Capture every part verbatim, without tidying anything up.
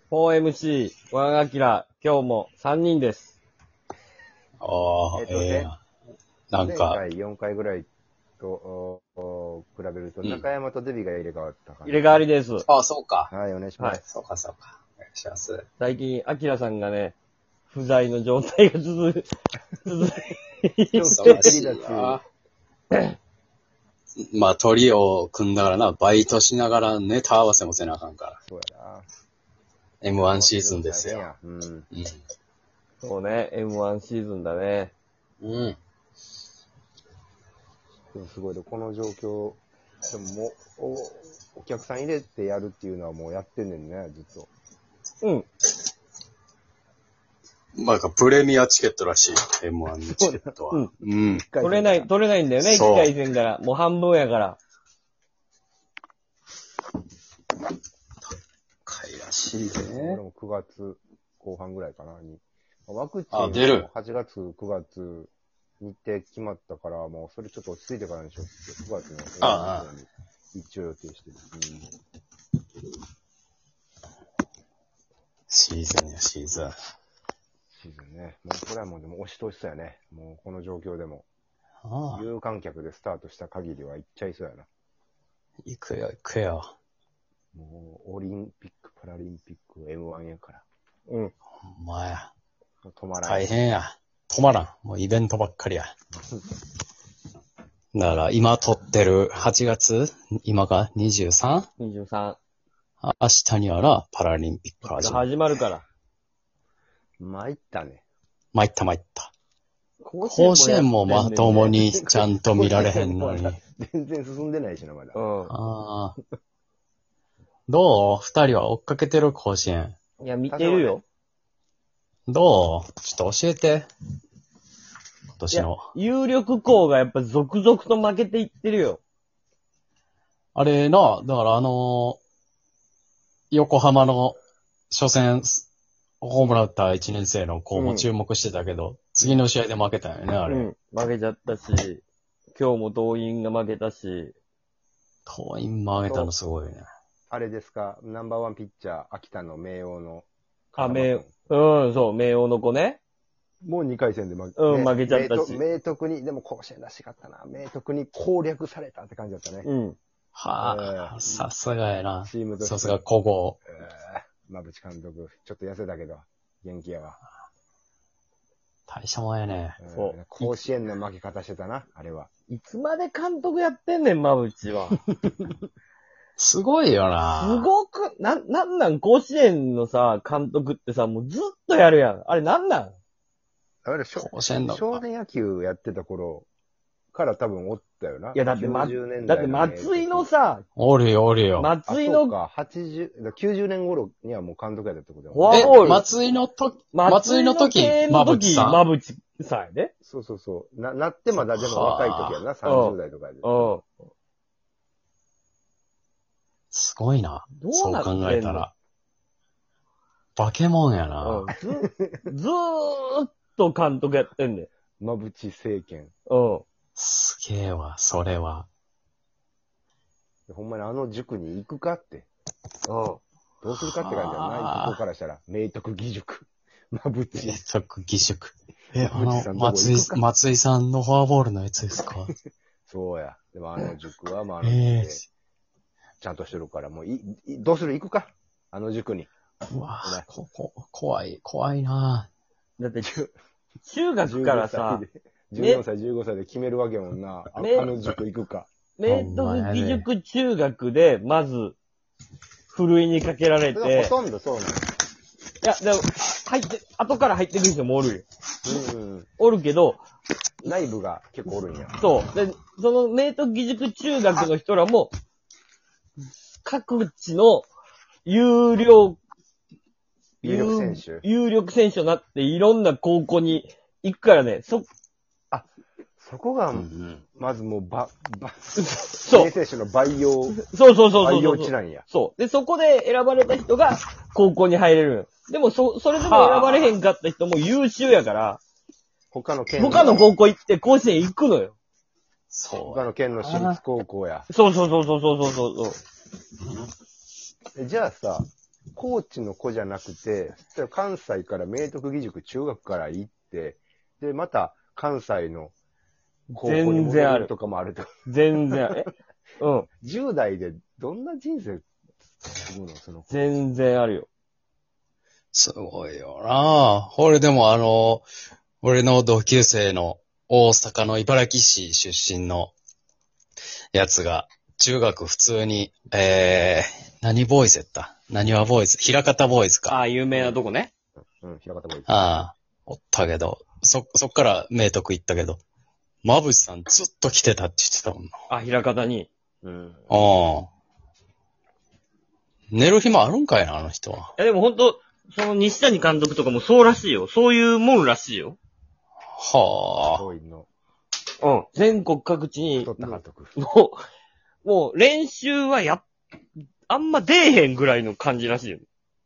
フォーエムシー、ワンアキラ、今日もさんにんです。 ああ、 えっとええやん。なん前か、 回よんかいぐらいとおお比べると、 うん中山とデビが入れ替わった感じ。 入れ替わりです。 ああ、そうか。 はい、お願いします。 はいそうか、そうか。お願いします。 最近、アキラさんがね、不在の状態が続く、続いて、 忙しいな。まあ、トリを組んだからな、バイトしながらネタ合わせもせなあかんから。 そうやな。 エムワン シーズンですよ。 大変や。うん。 うそうね、エムワン シーズンだね。 ん。うん。 でもすごいで、この状況、でももうお、お客さん入れてやるっていうのはもうやってんねんね、ずっと。 うん。 まあ、プレミアチケットらしいよ、エムワン のチケットは。 うんうん。 取れない、取れないんだよね、一そう回戦から。もう半分やから。 かいらしい俺ね。 もくがつこう半ぐらいかなに。ワクチンあ出るはちがつ、くがつ日程決まったから、もうそれちょっと落ち着いてからにしようって、くがつのああに一応予定してる。 シーズンや、シーズン。 シーズンね。もうこれはもうでも押し通しそうやね。もうこの状況でも。 ああ、 有観客でスタートした限りは行っちゃいそうやな。 行くよ、行くよ。 もうオリンピック、パラリンピック、エムワン やから。 うん。 ほんまや。 もう止まらん。 大変や。止まらん。もうイベントばっかりや。だから今撮ってるはちがつ今が にじゅうさん? にじゅうさん。 あ明日にはな、パラリンピック始まる。 始まるから。 参ったね。 参った参った。 甲甲子園もまともに。 にちゃんと見られへんのに。 全然進んでないしな、まだ。 うああ。どう二人は追っかけてる甲子園。 ん。いや、見てるよ。 どうちょっと教えて。今いや年の。、 有力校がやっぱ続々と負けていってるよ。 あれな、だからあのー横浜の初戦、ホームラン打ったいちねん生の子も注目してたけど、次の試合で負けたよね、あれ。 うん。負けちゃったし、今日も動員が負けたし、 党員も上げたのすごいね。 あれですか、ナンバーワンピッチャー、秋田の明桜の。 あ、明、うん、そう、明桜の子ね。 もうにかい戦で負け、 うんね負けちゃったし明徳に、でも甲子園らしかったな。明徳に攻略されたって感じだったね。 うん。 はあ、 えーさすがやな。 チームとしてさすが古豪。 えー、馬淵監督、ちょっと痩せたけど、元気やわ。 大したもんやね。 えーそう甲子園の負け方してたな、あれは。 いつまで監督やってんねん、馬淵は。 すごいよな。 すごく、な、なんなん甲子園のさ、監督ってさ、もうずっとやるやん。あれなんなんあれ、少甲子園だ少年野球やってた頃から多分おったよな。 いや、だって、ま、 きゅうじゅうねんだってだいの松井のさ、 おるよ、おるよ。 松井のあそうか、はちじゅう、きゅうじゅうねん頃にはもう監督やったってことだフォもんね。 アボール松井のと、松井の時系馬淵さん馬淵さんやで。 そうそうそう。な、なってまだでも若い時やな、さんじゅう代とかで。 うん。 すごいな。 どうそうなってんの考えたら。化け物やな。 うん。ず、ずーっと監督やってんねん。 馬淵政権。 うん。 すげえわ、それは。 ほんまにあの塾に行くかって。 うん。 どうするかって感じだな、ここからしたら。明徳義塾。馬え淵。 っと、義塾。え、あの、 馬淵さんどこ松井行く、か松井さんのフォアボールのやつですかそうや。でもあの塾は、まああのえ塾えで、ちゃんとしてるから、もうい、いどうする行くかあの塾に。 うわぁ、ここ、怖い、怖いなだって、中学からさ、 じゅうよんさい、じゅうごさいで決めるわけやもんな。あねあの塾行くか。 明徳義塾中学で、まず、ふるいにかけられて、 ほとんどそうなの。 いや、でも、入って、後から入ってくる人もおるよ。 うんうん。 おるけど、 内部が結構おるんや。 そう。で、その明徳義塾中学の人らも、各地の有料、 有力選手有力選手になっていろんな高校に行くからね、そ、 そこがうんう、ん。 まずもう、ば、ば、 そう名選手の培養、 そうそうそうそう培そう養地なんや。 そう。で、そこで選ばれた人が高校に入れる。でも、そ、それでも選ばれへんかった人も優秀やから、 他の県他の高校行って甲子園行くのよ。 そう。 他の県の私立高校や。 そうそうそうそうそうそうそう。 えじゃあさ、 高知の子じゃなくて、関西から明徳義塾中学から行って、で、また関西の高校に戻るとかもあると。 全然ある。えうん。 じゅう代でどんな人生進むのその子。 全然あるよ。 すごいよな。俺でもあの、俺の同級生の大阪の茨城市出身のやつが、中学普通に、えー、何ボーイズやった何はボーイズ平方ボーイズか。 ああ、有名なとこね。 うん、平方ボーイズ。 ああ、おったけど、そ、そっから明徳行ったけど、まぶしさんずっと来てたって言ってたもんな。 あ、平方に。 うん。 ああ。寝る暇あるんかいな、あの人は。 いやでもほんと、その西谷監督とかもそうらしいよ。そういうもんらしいよ。 はあ。 ボーイズのうん。全国各地に、 太った監督。 もう、もう練習はやっ、あんま出えへんぐらいの感じらしいよ。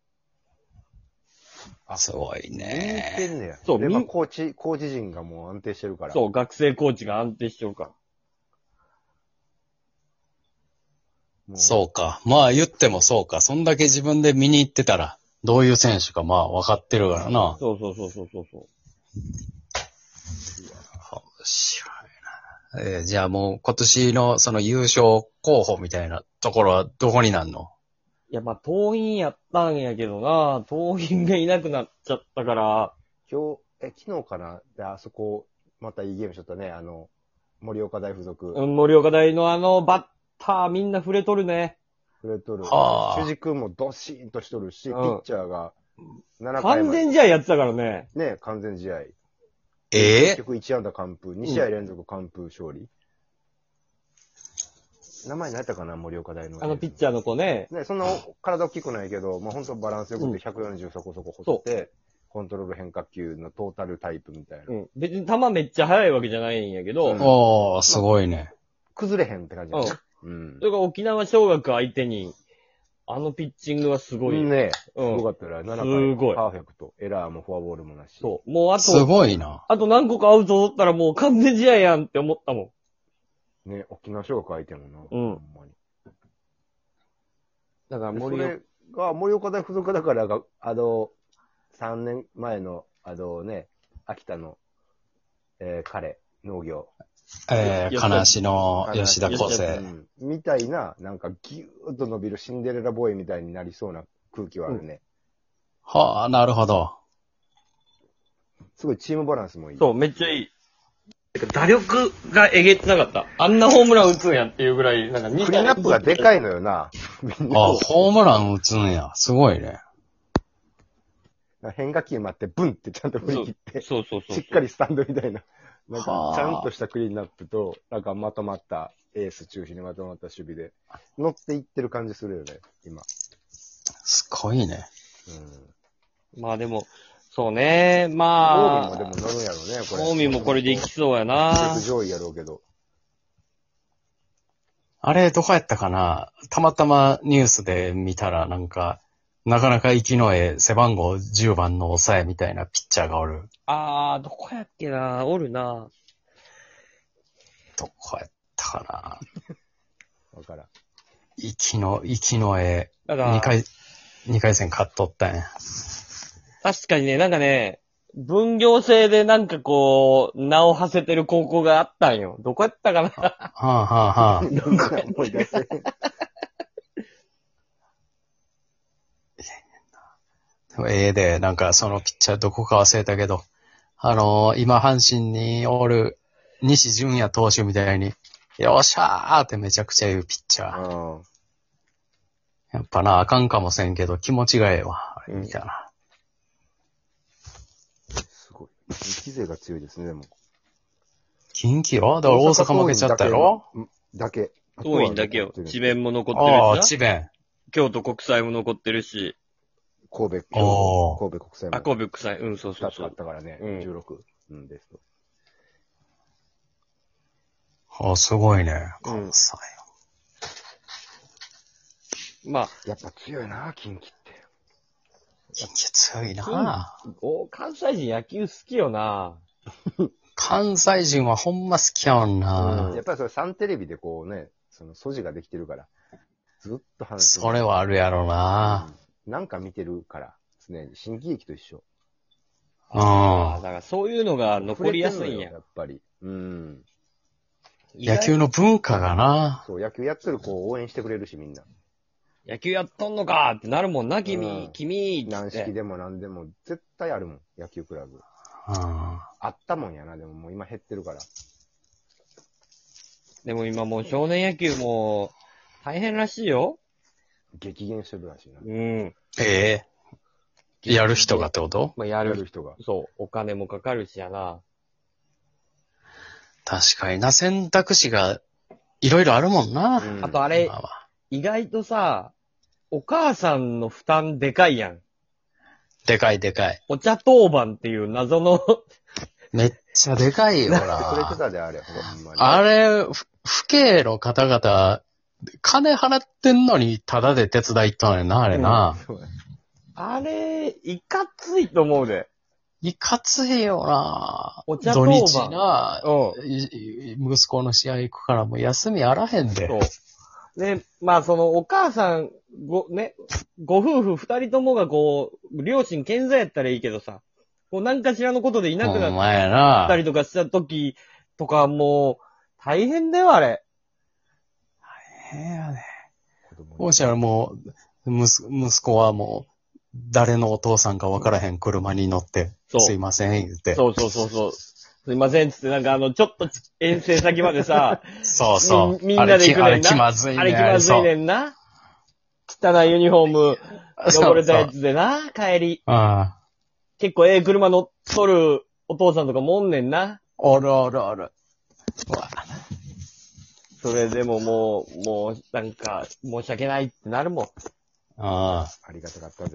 あ、すごい見に行ってね。 んねや。 そうで、まあ、 みコーチ、コーチ陣がもう安定してるから。 そう、学生コーチが安定してるから。 もうそうか。まあ言ってもそうか。そんだけ自分で見に行ってたら、どういう選手かまあ分かってるからな。 そうそうそうそうそうそう。 面白いな。えーじゃあもう今年のその優勝候補みたいなところはどこになんの？ いや、まあ、党員やったんやけどな、党員がいなくなっちゃったから、 今日、え、昨日かなで、あそこ、またいいゲームしとったね。あの、盛岡大附属。 うん盛岡大のあの、バッターみんな触れとるね。 触れとる。 はあ主軸もドシーンとしとるし、 うんピッチャーがななかい完まで。 全試合やってたからね。 ね、完全試合。 え結え局いち安打完封、に試合連続完封勝利。名前何やったかな盛岡大の。 あのピッチャーの子ね。 ね、そんな体大きくないけど、まあ本当バランスよくてひゃくよんじゅうそこそこ掘って、コントロール変化球のトータルタイプみたいな。 うん。別に球めっちゃ速いわけじゃないんやけど、 うんおー、すごいね。 崩れへんって感じだね。うんそ。れが沖縄尚学相手に、あのピッチングはすごい。 ねすうんごかったら、ななかい。 すごいパーフェクト。エラーもフォアボールもなし。 そう。もうあすと、 ごいな。 あと何個かアウト取ったらもう完全試合やんって思ったもね、沖縄尚学相手もな。 うんほんまに。 ん。だからでそ森岡、 れが、盛岡大附属だからが、あの、さんねんまえの、あのね、秋田の、えー彼、農業。 えー、金足の金足吉田康吉田生。 うん。みたいな、なんかギューッと伸びるシンデレラボーイみたいになりそうな空気はあるね。 はあ、なるほど。 すごいチームバランスもいい。 そう、めっちゃいい。打力がえげってなかった。あんなホームラン打つんやっていうぐらい、なんかクリーンアップがでかいのよな。みんなあ、ホームラン打つんや。すごいね。 変化球待って、ブンってちゃんと振り切って、 そうそうそう。 しっかりスタンドみたいな。なんはあか、ちゃんとしたクリーンアップと、なんかまとまった、エース中心にまとまった守備で、乗っていってる感じするよね、今。 すごいね。 うん。 まあでも、そうね、まあ。 近江もでも乗るんやろうね、これ。 近江もこれでいきそうやな。 上位やろうけど。 あれ、どこやったかなたまたまニュースで見たら、なんか、なかなか息のええ背番号じゅうばんの抑えみたいなピッチャーがおる。 あー、どこやっけな、おるな。 どこやったかなわからん。 息の、息のええ、 だから、 二回、二回戦勝っとったんや。 確かにね、なんかね、分業制でなんかこう、名を馳せてる高校があったんよ。どこやったかな。 はあ、はあはあ、 なんか思い出せ。 ええで、なんかそのピッチャーどこか忘れたけど、あのー今阪神におる西純也投手みたいに、よっしゃーってめちゃくちゃ言うピッチャー。 うん。 やっぱな、あかんかもせんけど気持ちがええわ。あれ見たな。 すごい。近畿勢が強いですね、でも。 近畿よだから大阪負けちゃったやろだけ。 遠いんだけよ。智弁も残ってああ、 るし智弁。 な。京都国際も残ってるし。 神戸、 おー神戸国際も。 あ、神戸国際。うん、そうそう二つあっそう。 たからね。 うんじゅうろく。うん、ですと。 ああ、すごいね。 うん関西。 まあ、 やっぱ強いな、近畿って。 近畿強いな。 お関西人野球好きよな。 関西人はほんま好きやもんな。 やっぱりそれサンテレビでこうね、その素地ができてるから、ずっと話してそれはあるやろな。 なんか見てるから、常に。新喜劇と一緒。 ああ、 うだからそういうのが残りやすいんや。 触れてんのよやっぱり。うん。 ん。野球の文化がな。 そう、野球やってる子を応援してくれるし、みんな。 野球やっとんのかってなるもんな、君、 うん君軟式って。 でも何でも、絶対あるもん、野球クラブ。 うん。 あったもんやな、でももう今減ってるから。 でも今もう少年野球も大変らしいよ。 激減してるらしいな。 うん。 ええやる人がってことまあ、やるやる。人が。 そう。お金もかかるしやな。 確かにな、選択肢がいろいろあるもんな。 うんあとあれ今、は意外とさ、お母さんの負担でかいやん。 でかいでかい。 お茶当番っていう謎のめっちゃでかいよくれてな。 たで、あれ、ほんまに。 あれ、ふ父兄の方々、金払ってんのにタダで手伝い行ったのにな、あれな。 そうやあれ、いかついと思うで。 いかついよな。 お茶当番土日な、 うん。 い息子の試合行くからもう休みあらへんで。 そう。で、まあそのお母さん、ご、ね、ご夫婦二人ともがこう、両親健在やったらいいけどさ、こう何かしらのことでいなくなっほんまやな。 たりとかした時とかもう、大変だよ、あれ。 ええやね。 子供にもしあれもう、息息子はもう、誰のお父さんかわからへん車に乗って、 そうすいません、言って。 そうそうそうそう。すいません、つってなんかあの、ちょっと遠征先までさ、 そうそう。 みみんなで行くねんなあれきあれ気まずいね。 あれ気まずいねんな。汚いユニフォーム、 そう汚れたやつでな、帰り。 ああ。 結構ええ車乗っとるお父さんとかもおんねんな。 おるおるおる。うわそれでももう、もう、なんか、申し訳ないってなるもん。 ああ。 ありがたかったぜ。